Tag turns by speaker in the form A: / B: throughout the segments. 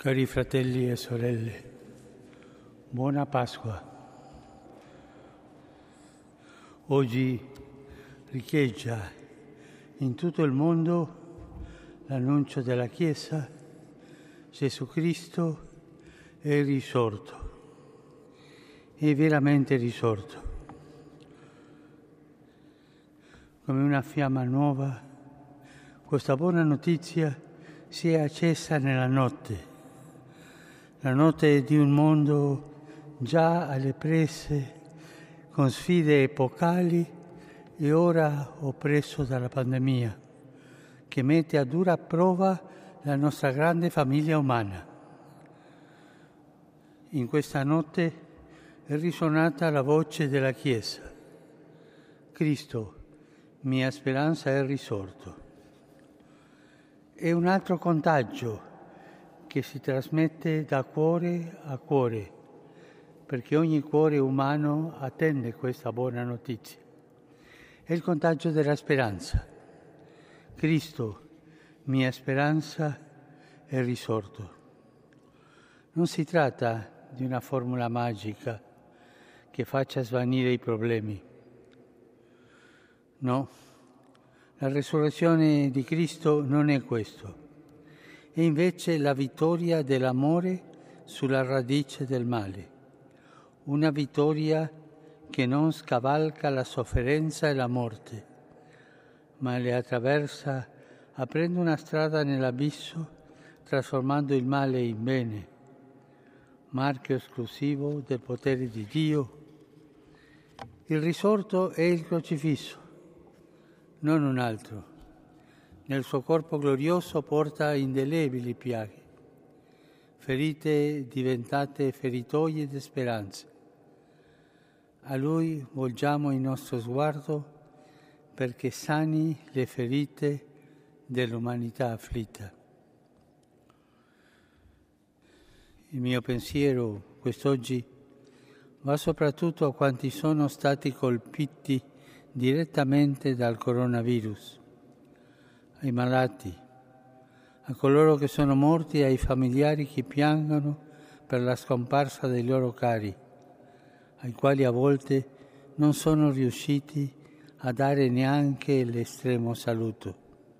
A: Cari fratelli e sorelle, buona Pasqua. Oggi riecheggia in tutto il mondo l'annuncio della Chiesa: Gesù Cristo è risorto, è veramente risorto. Come una fiamma nuova, questa buona notizia si è accesa nella notte. La notte di un mondo già alle prese con sfide epocali e ora oppresso dalla pandemia, che mette a dura prova la nostra grande famiglia umana. In questa notte è risuonata la voce della Chiesa: Cristo, mia speranza, è risorto. È un altro contagio che si trasmette da cuore a cuore, perché ogni cuore umano attende questa buona notizia. È il contagio della speranza. Cristo, mia speranza, è risorto. Non si tratta di una formula magica che faccia svanire i problemi. No, la resurrezione di Cristo non è questo. È invece la vittoria dell'amore sulla radice del male, una vittoria che non scavalca la sofferenza e la morte, ma le attraversa aprendo una strada nell'abisso, trasformando il male in bene, marchio esclusivo del potere di Dio. Il risorto è il crocifisso, non un altro. Nel suo corpo glorioso porta indelebili piaghe, ferite diventate feritoie di speranze. A Lui volgiamo il nostro sguardo perché sani le ferite dell'umanità afflitta. Il mio pensiero quest'oggi va soprattutto a quanti sono stati colpiti direttamente dal coronavirus, ai malati, a coloro che sono morti e ai familiari che piangono per la scomparsa dei loro cari, ai quali a volte non sono riusciti a dare neanche l'estremo saluto.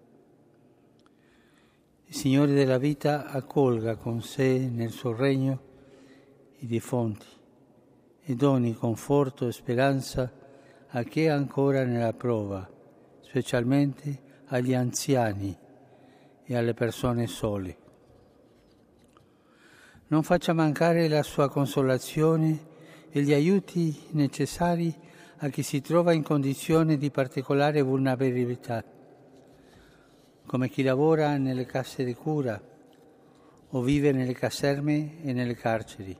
A: Il Signore della vita accolga con sé nel suo regno i defunti e doni conforto e speranza a chi è ancora nella prova, specialmente agli anziani e alle persone sole. Non faccia mancare la sua consolazione e gli aiuti necessari a chi si trova in condizioni di particolare vulnerabilità, come chi lavora nelle case di cura o vive nelle caserme e nelle carceri.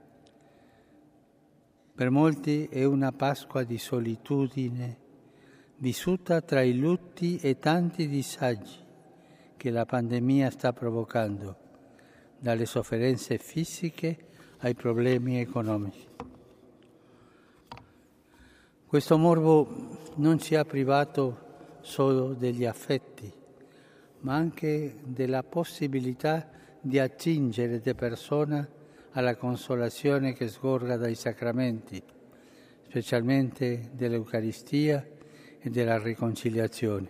A: Per molti è una Pasqua di solitudine, vissuta tra i lutti e tanti disagi che la pandemia sta provocando, dalle sofferenze fisiche ai problemi economici. Questo morbo non ci ha privato solo degli affetti, ma anche della possibilità di attingere de persona alla consolazione che sgorga dai sacramenti, specialmente dell'Eucaristia e della riconciliazione.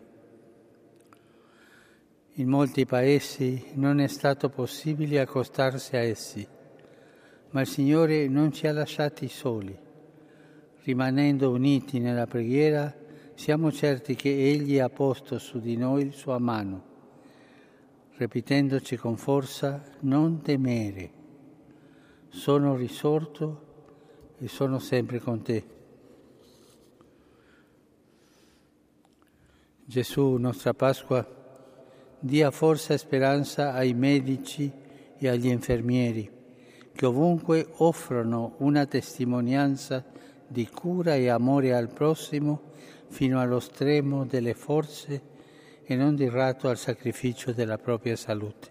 A: In molti paesi non è stato possibile accostarsi a essi, ma il Signore non ci ha lasciati soli. Rimanendo uniti nella preghiera, siamo certi che Egli ha posto su di noi la sua mano, ripetendoci con forza: non temere, sono risorto e sono sempre con te. Gesù, nostra Pasqua, dia forza e speranza ai medici e agli infermieri, che ovunque offrono una testimonianza di cura e amore al prossimo fino allo stremo delle forze e non di rado al sacrificio della propria salute.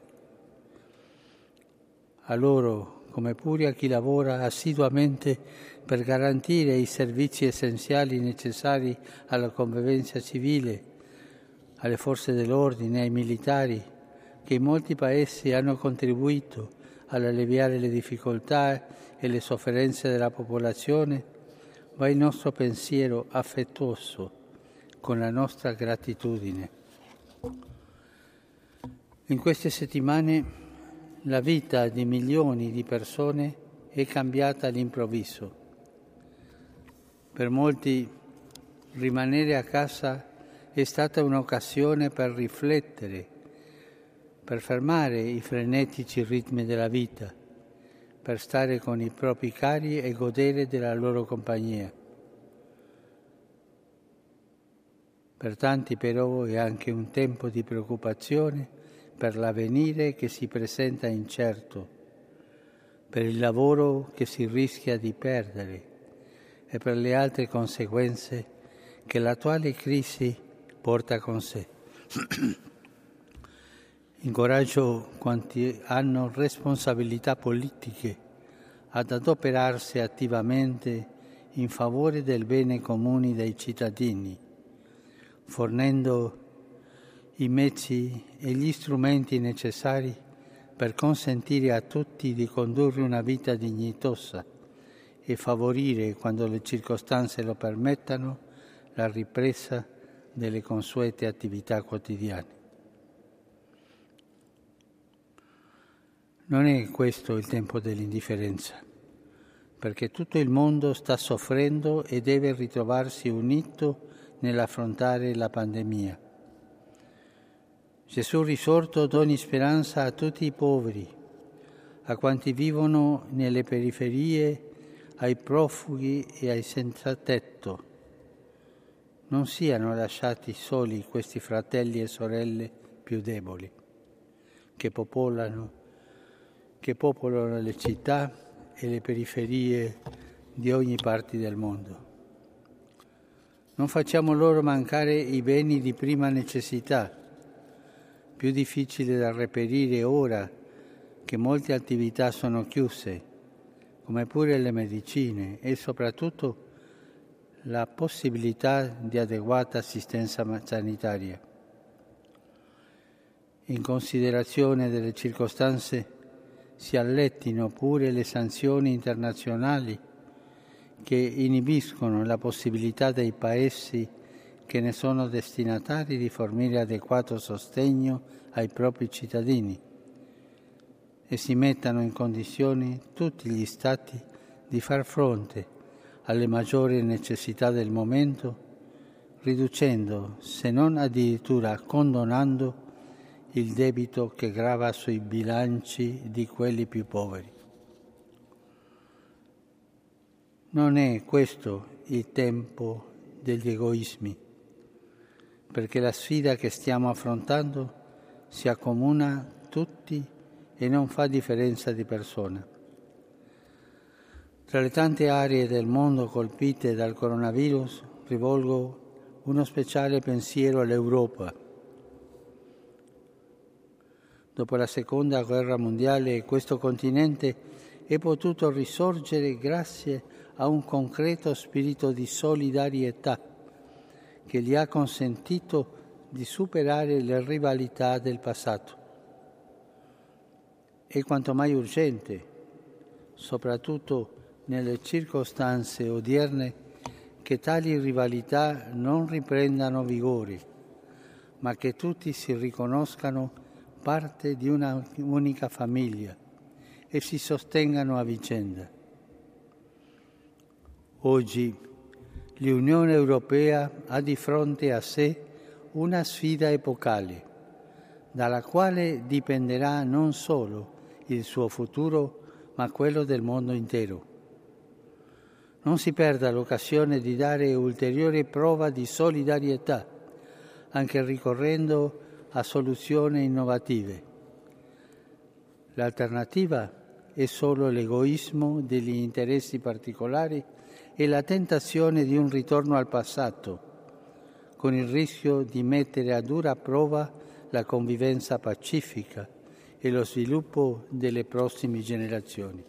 A: A loro, come pure a chi lavora assiduamente per garantire i servizi essenziali necessari alla convivenza civile, alle forze dell'ordine, ai militari, che in molti paesi hanno contribuito all'alleviare le difficoltà e le sofferenze della popolazione, va il nostro pensiero affettuoso con la nostra gratitudine. In queste settimane la vita di milioni di persone è cambiata all'improvviso. Per molti rimanere a casa è stata un'occasione per riflettere, per fermare i frenetici ritmi della vita, per stare con i propri cari e godere della loro compagnia. Per tanti però è anche un tempo di preoccupazione per l'avvenire che si presenta incerto, per il lavoro che si rischia di perdere e per le altre conseguenze che l'attuale crisi porta con sé. Incoraggio quanti hanno responsabilità politiche ad adoperarsi attivamente in favore del bene comune dei cittadini, fornendo i mezzi e gli strumenti necessari per consentire a tutti di condurre una vita dignitosa e favorire, quando le circostanze lo permettano, la ripresa delle consuete attività quotidiane. Non è questo il tempo dell'indifferenza, perché tutto il mondo sta soffrendo e deve ritrovarsi unito nell'affrontare la pandemia. Gesù risorto doni speranza a tutti i poveri, a quanti vivono nelle periferie, ai profughi e ai senza tetto. Non siano lasciati soli questi fratelli e sorelle più deboli, che popolano le città e le periferie di ogni parte del mondo. Non facciamo loro mancare i beni di prima necessità, più difficili da reperire ora che molte attività sono chiuse, come pure le medicine e soprattutto la possibilità di adeguata assistenza sanitaria. In considerazione delle circostanze si allettino pure le sanzioni internazionali che inibiscono la possibilità dei Paesi che ne sono destinatari di fornire adeguato sostegno ai propri cittadini e si mettano in condizioni tutti gli Stati di far fronte alle maggiori necessità del momento, riducendo, se non addirittura condonando, il debito che grava sui bilanci di quelli più poveri. Non è questo il tempo degli egoismi, perché la sfida che stiamo affrontando si accomuna tutti e non fa differenza di persona. Tra le tante aree del mondo colpite dal coronavirus rivolgo uno speciale pensiero all'Europa. Dopo la Seconda Guerra Mondiale questo continente è potuto risorgere grazie a un concreto spirito di solidarietà che gli ha consentito di superare le rivalità del passato. È quanto mai urgente, soprattutto nelle circostanze odierne, che tali rivalità non riprendano vigore, ma che tutti si riconoscano parte di una unica famiglia e si sostengano a vicenda. Oggi l'Unione Europea ha di fronte a sé una sfida epocale, dalla quale dipenderà non solo il suo futuro, ma quello del mondo intero. Non si perda l'occasione di dare ulteriore prova di solidarietà, anche ricorrendo a soluzioni innovative. L'alternativa è solo l'egoismo degli interessi particolari e la tentazione di un ritorno al passato, con il rischio di mettere a dura prova la convivenza pacifica e lo sviluppo delle prossime generazioni.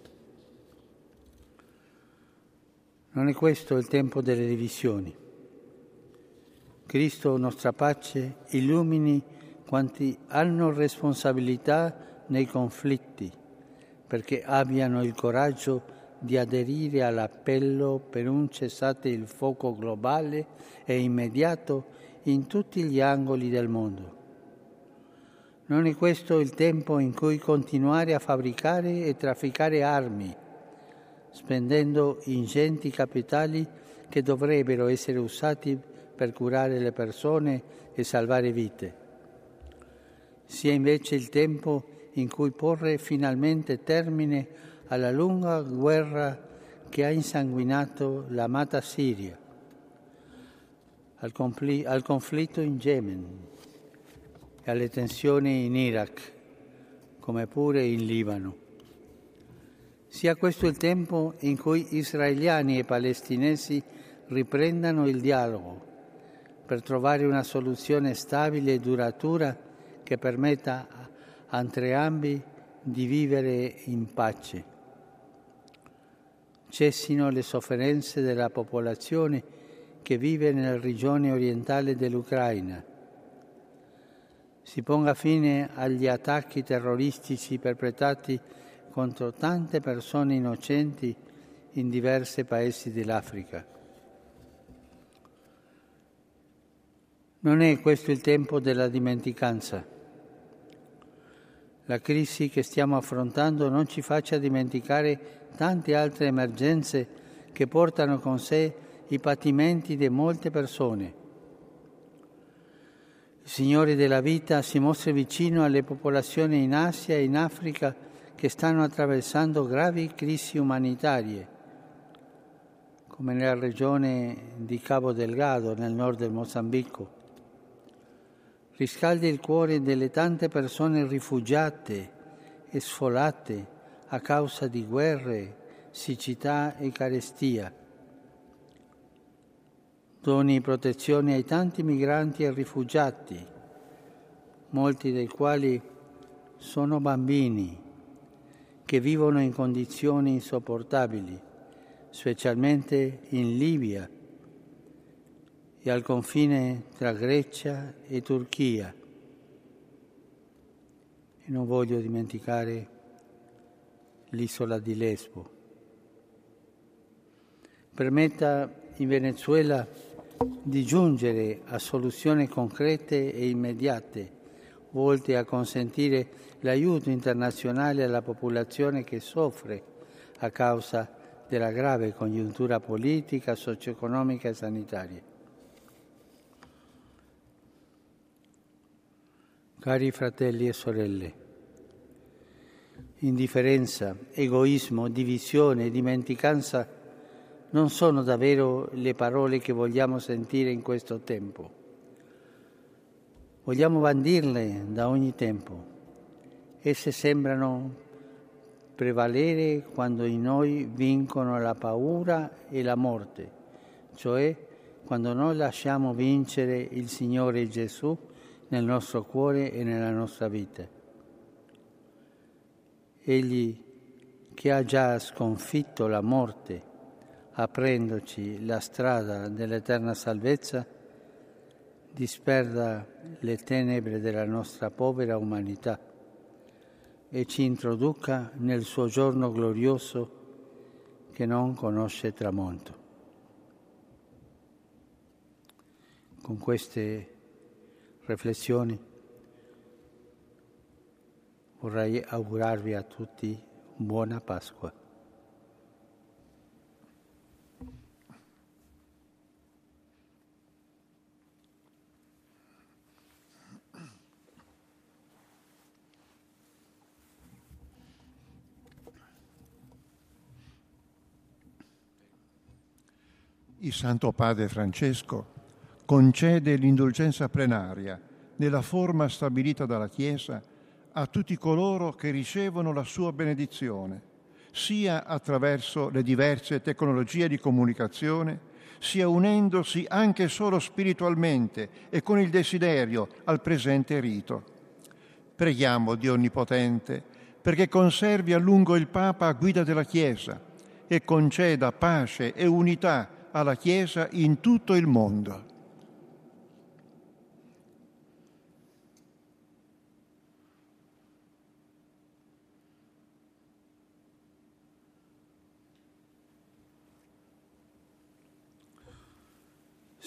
A: Non è questo il tempo delle divisioni. Cristo, nostra pace, illumini quanti hanno responsabilità nei conflitti, perché abbiano il coraggio di aderire all'appello per un cessate il fuoco globale e immediato in tutti gli angoli del mondo. Non è questo il tempo in cui continuare a fabbricare e trafficare armi, spendendo ingenti capitali che dovrebbero essere usati per curare le persone e salvare vite. Sia invece il tempo in cui porre finalmente termine alla lunga guerra che ha insanguinato l'amata Siria, al conflitto in Yemen e alle tensioni in Iraq, come pure in Libano. Sia questo il tempo in cui israeliani e palestinesi riprendano il dialogo per trovare una soluzione stabile e duratura che permetta a entrambi di vivere in pace. Cessino le sofferenze della popolazione che vive nella regione orientale dell'Ucraina. Si ponga fine agli attacchi terroristici perpetrati contro tante persone innocenti in diversi paesi dell'Africa. Non è questo il tempo della dimenticanza. La crisi che stiamo affrontando non ci faccia dimenticare tante altre emergenze che portano con sé i patimenti di molte persone. Il Signore della vita si mostra vicino alle popolazioni in Asia e in Africa che stanno attraversando gravi crisi umanitarie, come nella regione di Cabo Delgado, nel nord del Mozambico. Riscaldi il cuore delle tante persone rifugiate e sfolate a causa di guerre, siccità e carestia. Doni protezione ai tanti migranti e rifugiati, molti dei quali sono bambini che vivono in condizioni insopportabili, specialmente in Libia e al confine tra Grecia e Turchia. E non voglio dimenticare l'isola di Lesbo. Permetta in Venezuela di giungere a soluzioni concrete e immediate, volte a consentire l'aiuto internazionale alla popolazione che soffre a causa della grave congiuntura politica, socio-economica e sanitaria. Cari fratelli e sorelle, indifferenza, egoismo, divisione e dimenticanza non sono davvero le parole che vogliamo sentire in questo tempo. Vogliamo bandirle da ogni tempo. Esse sembrano prevalere quando in noi vincono la paura e la morte, cioè quando noi lasciamo vincere il Signore Gesù nel nostro cuore e nella nostra vita. Egli che ha già sconfitto la morte, aprendoci la strada dell'eterna salvezza, disperda le tenebre della nostra povera umanità e ci introduca nel suo giorno glorioso che non conosce tramonto. Con queste riflessioni vorrei augurarvi a tutti buona Pasqua.
B: Il Santo Padre Francesco concede l'indulgenza plenaria nella forma stabilita dalla Chiesa a tutti coloro che ricevono la sua benedizione, sia attraverso le diverse tecnologie di comunicazione, sia unendosi anche solo spiritualmente e con il desiderio al presente rito. Preghiamo Dio Onnipotente perché conservi a lungo il Papa a guida della Chiesa e conceda pace e unità alla Chiesa in tutto il mondo.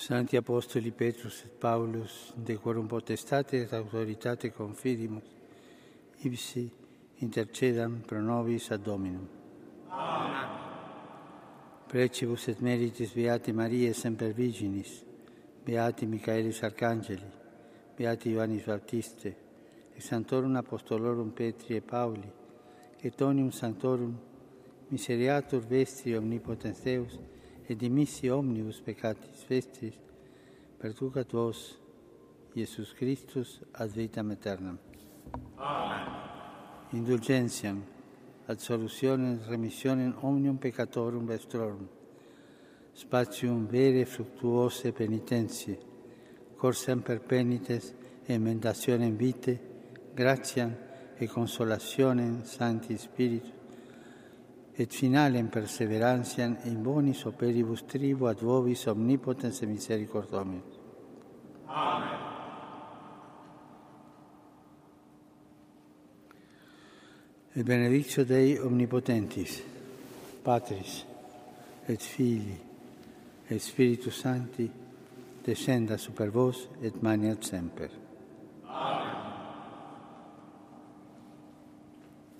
A: Santi Apostoli Petrus et Paulus, de quorum potestate et autoritate confidimus, ipsi intercedam pro nobis ad Dominum. Amen. Precibus et meritis Beati Mariae semper Virginis, Beati Michaelis Arcangeli, Beati Ioannis Baptiste, et Sanctorum Apostolorum Petri et Pauli, et Omnium Sanctorum Misereatur Vestri Omnipotens Deus, et dimissi omnibus peccatis vestris, perducat vos, Iesus Christus, ad vitam aeternam. Amen. Indulgentiam, absolutionem, remissionem omnium peccatorum vestrorum, spatium vere fructuose penitentiae, cor semper penites, emendationem vitae, gratiam et consolationem Sancti Spiritus, et finalem perseverantiam in bonis operibus tribu ad vobis omnipotens et misericordomius. Amen. Et benedictio Dei omnipotentis, Patris, et Filii, et Spiritus Sancti, descenda super vos et maniat semper.